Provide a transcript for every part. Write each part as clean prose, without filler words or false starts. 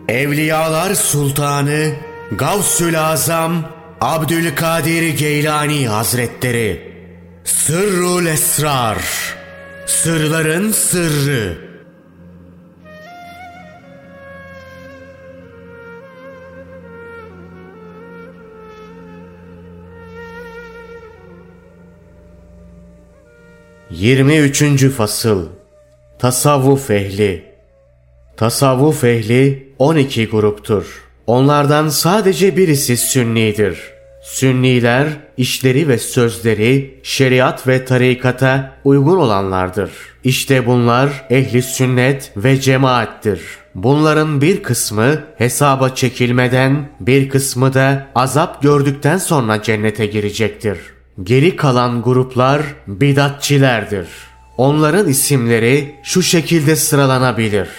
Evliyalar Sultanı Gavsül Azam Abdülkadir Geylani Hazretleri. Sırrul Esrar, sırların sırrı. ...23. Fasıl. Tasavvuf ehli. Tasavvuf ehli 12 gruptur. Onlardan sadece birisi Sünnidir. Sünniler işleri ve sözleri şeriat ve tarikata uygun olanlardır. İşte bunlar ehli sünnet ve cemaattir. Bunların bir kısmı hesaba çekilmeden, bir kısmı da azap gördükten sonra cennete girecektir. Geri kalan gruplar bidatçilerdir. Onların isimleri şu şekilde sıralanabilir: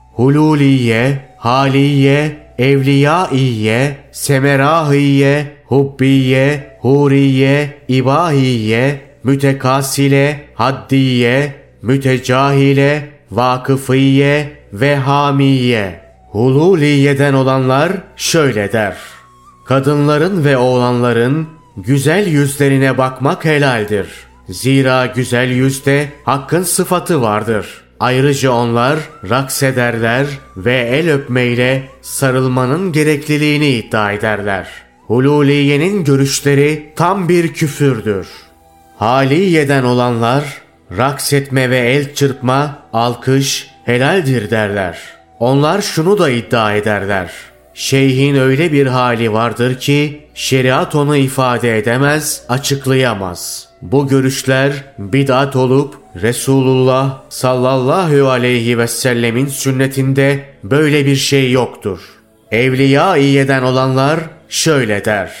Hululiye, Haliye, Evliyaiye, Semerahiye, Hubbiye, Huriye, İbahiye, Mütekasile, Haddiye, Mütecahile, Vakıfiye ve Hamiye. Hululiye'den olanlar şöyle der: kadınların ve oğlanların güzel yüzlerine bakmak helaldir. Zira güzel yüzde Hakk'ın sıfatı vardır. Ayrıca onlar raks ederler ve el öpmeyle sarılmanın gerekliliğini iddia ederler. Hululiye'nin görüşleri tam bir küfürdür. Haliye'den olanlar raks etme ve el çırpma, alkış helaldir derler. Onlar şunu da iddia ederler: şeyhin öyle bir hali vardır ki şeriat onu ifade edemez, açıklayamaz. Bu görüşler bid'at olup Resulullah sallallahu aleyhi ve sellemin sünnetinde böyle bir şey yoktur. Evliyaiye'den olanlar şöyle der: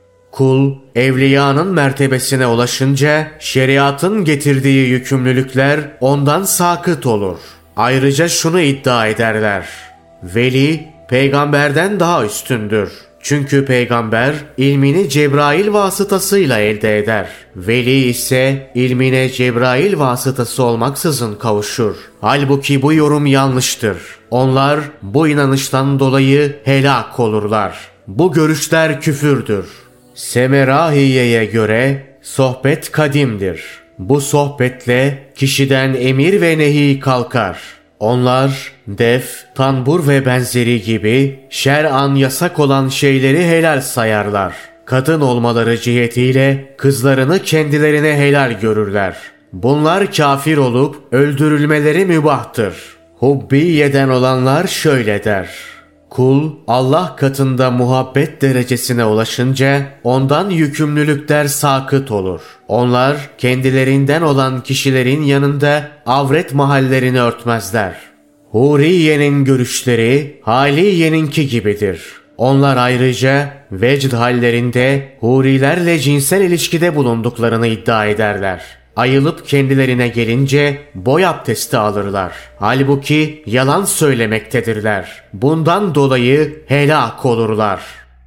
kul evliyanın mertebesine ulaşınca şeriatın getirdiği yükümlülükler ondan sakıt olur. Ayrıca şunu iddia ederler: veli peygamberden daha üstündür. Çünkü peygamber ilmini Cebrail vasıtasıyla elde eder. Veli ise ilmine Cebrail vasıtası olmaksızın kavuşur. Halbuki bu yorum yanlıştır. Onlar bu inanıştan dolayı helak olurlar. Bu görüşler küfürdür. Semerahiye'ye göre sohbet kadimdir. Bu sohbetle kişiden emir ve nehi kalkar. Onlar def, tanbur ve benzeri gibi şer'an yasak olan şeyleri helal sayarlar. Kadın olmaları cihetiyle kızlarını kendilerine helal görürler. Bunlar kafir olup öldürülmeleri mübahtır. Hubbiye'den olanlar şöyle der: kul Allah katında muhabbet derecesine ulaşınca ondan yükümlülükler sakıt olur. Onlar kendilerinden olan kişilerin yanında avret mahallerini örtmezler. Huriye'nin görüşleri Haliye'ninki gibidir. Onlar ayrıca vecd hallerinde hurilerle cinsel ilişkide bulunduklarını iddia ederler. Ayılıp kendilerine gelince boy abdesti alırlar. Halbuki yalan söylemektedirler. Bundan dolayı helak olurlar.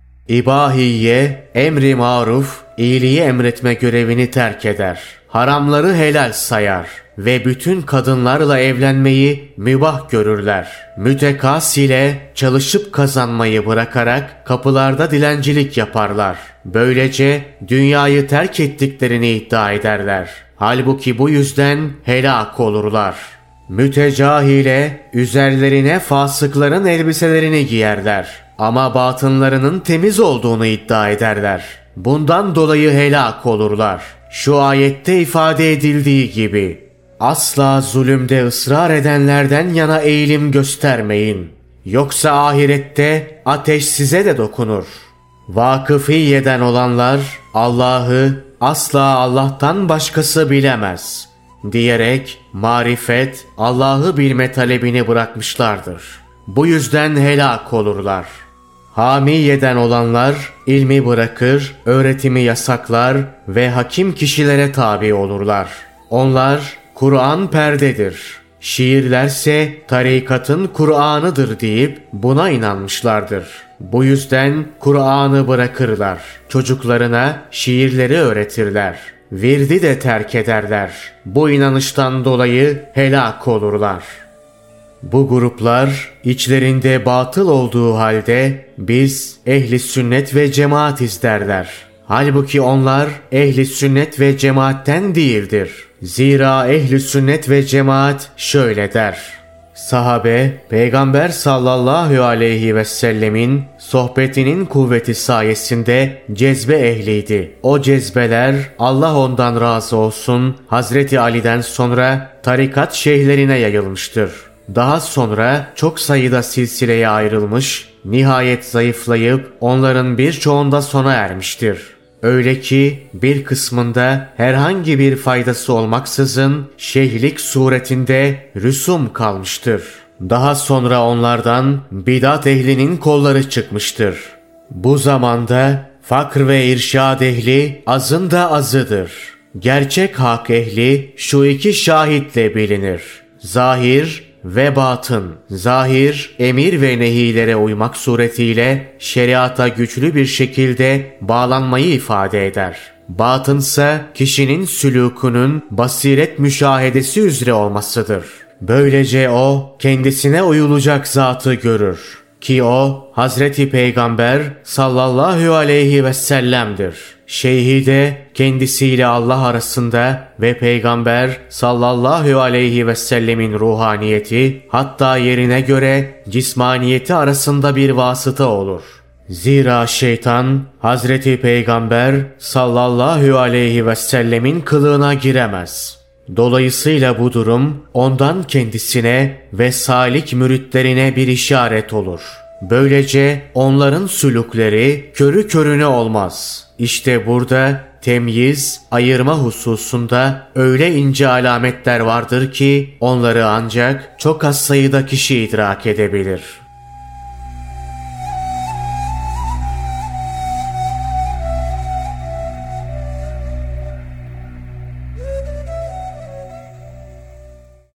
İbahiye, emri maruf, iyiliği emretme görevini terk eder. Haramları helal sayar ve bütün kadınlarla evlenmeyi mübah görürler. Mütekasile çalışıp kazanmayı bırakarak kapılarda dilencilik yaparlar. Böylece dünyayı terk ettiklerini iddia ederler. Halbuki bu yüzden helak olurlar. Mütecahile üzerlerine fasıkların elbiselerini giyerler ama batınlarının temiz olduğunu iddia ederler. Bundan dolayı helak olurlar. Şu ayette ifade edildiği gibi: asla zulümde ısrar edenlerden yana eğilim göstermeyin. Yoksa ahirette ateş size de dokunur. Vakıfiye'den olanlar Allah'ı asla Allah'tan başkası bilemez diyerek marifet, Allah'ı bilme talebini bırakmışlardır. Bu yüzden helak olurlar. Hamiye'den olanlar ilmi bırakır, öğretimi yasaklar ve hakim kişilere tabi olurlar. Onlar Kur'an perdedir, şiirlerse tarikatın Kur'an'ıdır deyip buna inanmışlardır. Bu yüzden Kur'an'ı bırakırlar. Çocuklarına şiirleri öğretirler. Virdi de terk ederler. Bu inanıştan dolayı helak olurlar. Bu gruplar içlerinde batıl olduğu halde biz ehli sünnet ve cemaatiz derler. Halbuki onlar ehli sünnet ve cemaatten değildir. Zira ehli sünnet ve cemaat şöyle der: sahabe, Peygamber sallallahu aleyhi ve sellemin sohbetinin kuvveti sayesinde cezbe ehliydi. O cezbeler, Allah ondan razı olsun, Hazreti Ali'den sonra tarikat şeyhlerine yayılmıştır. Daha sonra çok sayıda silsileye ayrılmış, nihayet zayıflayıp onların birçoğunda sona ermiştir. Öyle ki bir kısmında herhangi bir faydası olmaksızın şeyhlik suretinde rüsum kalmıştır. Daha sonra onlardan bidat ehlinin kolları çıkmıştır. Bu zamanda fakr ve irşad ehli azın da azıdır. Gerçek hak ehli şu iki şahitle bilinir: zahir ve batın. Zahir, emir ve nehilere uymak suretiyle şeriata güçlü bir şekilde bağlanmayı ifade eder. Batınsa kişinin sülûkunun basiret müşahedesi üzere olmasıdır. Böylece o kendisine uyulacak zatı görür ki o Hazreti Peygamber sallallahu aleyhi ve sellem'dir. Şeyhi de kendisiyle Allah arasında ve Peygamber sallallahu aleyhi ve sellemin ruhaniyeti, hatta yerine göre cismaniyeti arasında bir vasıta olur. Zira şeytan Hazreti Peygamber sallallahu aleyhi ve sellemin kılığına giremez. Dolayısıyla bu durum ondan kendisine ve salik müritlerine bir işaret olur. Böylece onların sülükleri körü körüne olmaz. İşte burada temyiz, ayırma hususunda öyle ince alametler vardır ki onları ancak çok az sayıda kişi idrak edebilir.